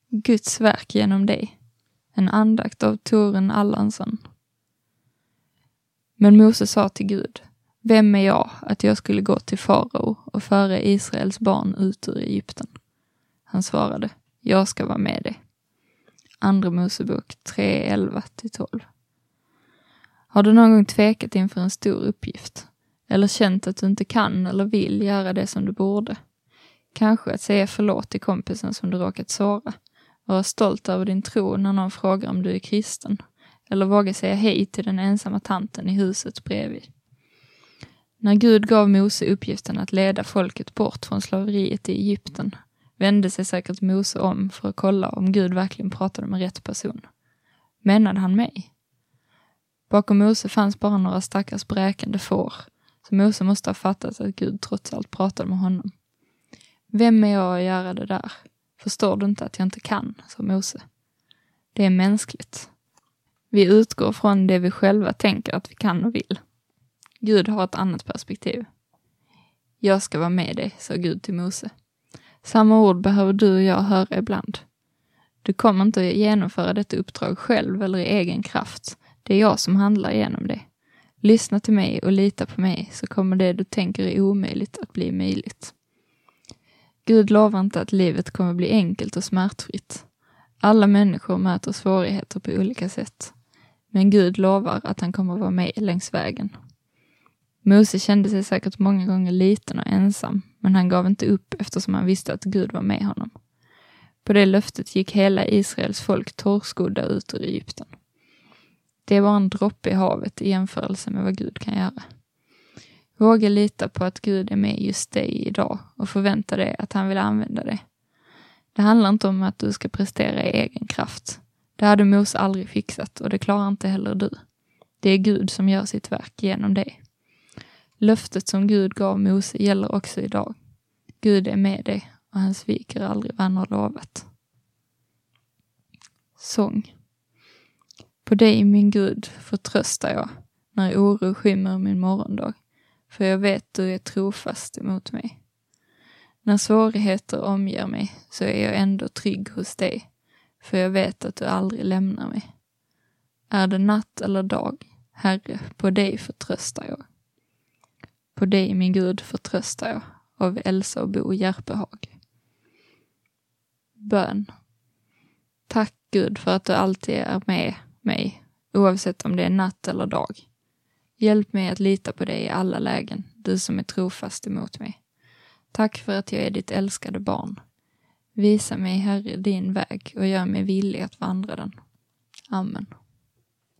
Guds verk genom dig. En andakt av Torun Allansson. Men Mose sa till Gud: vem är jag att jag skulle gå till farao och föra Israels barn ut ur Egypten? Han svarade: jag ska vara med dig. Andra Mosebok 3:11-12. Har du någon gång tvekat inför en stor uppgift? Eller känt att du inte kan eller vill göra det som du borde? Kanske att säga förlåt till kompisen som du råkat såra. Vara stolt över din tro när någon frågar om du är kristen. Eller våga säga hej till den ensamma tanten i huset bredvid. När Gud gav Mose uppgiften att leda folket bort från slaveriet i Egypten vände sig säkert Mose om för att kolla om Gud verkligen pratade med rätt person. Menade han mig? Bakom Mose fanns bara några stackars bräkande får, så Mose måste ha fattat att Gud trots allt pratade med honom. Vem är jag att göra det där? Förstår du inte att jag inte kan, sa Mose. Det är mänskligt. Vi utgår från det vi själva tänker att vi kan och vill. Gud har ett annat perspektiv. Jag ska vara med dig, sa Gud till Mose. Samma ord behöver du och jag höra ibland. Du kommer inte att genomföra detta uppdrag själv eller i egen kraft. Det är jag som handlar genom det. Lyssna till mig och lita på mig, så kommer det du tänker är omöjligt att bli möjligt. Gud lovar inte att livet kommer bli enkelt och smärtfritt. Alla människor möter svårigheter på olika sätt. Men Gud lovar att han kommer vara med längs vägen. Mose kände sig säkert många gånger liten och ensam, men han gav inte upp eftersom han visste att Gud var med honom. På det löftet gick hela Israels folk torrskodda ut ur Egypten. Det var en droppe i havet i jämförelse med vad Gud kan göra. Våga lita på att Gud är med just dig idag och förvänta dig att han vill använda dig. Det handlar inte om att du ska prestera i egen kraft. Det hade Mose aldrig fixat och det klarar inte heller du. Det är Gud som gör sitt verk genom dig. Löftet som Gud gav Mose gäller också idag. Gud är med dig och han sviker aldrig vad han har lovat. Sång. På dig, min Gud, förtröstar jag när oro skymmer min morgondag. För jag vet du är trofast emot mig. När svårigheter omger mig så är jag ändå trygg hos dig. För jag vet att du aldrig lämnar mig. Är det natt eller dag, Herre, på dig förtröstar jag. På dig, min Gud, förtröstar jag. Av Elsa och Bo Järpehag. Bön. Tack Gud för att du alltid är med mig, oavsett om det är natt eller dag. Hjälp mig att lita på dig i alla lägen, du som är trofast emot mig. Tack för att jag är ditt älskade barn. Visa mig, Herre, din väg och gör mig villig att vandra den. Amen.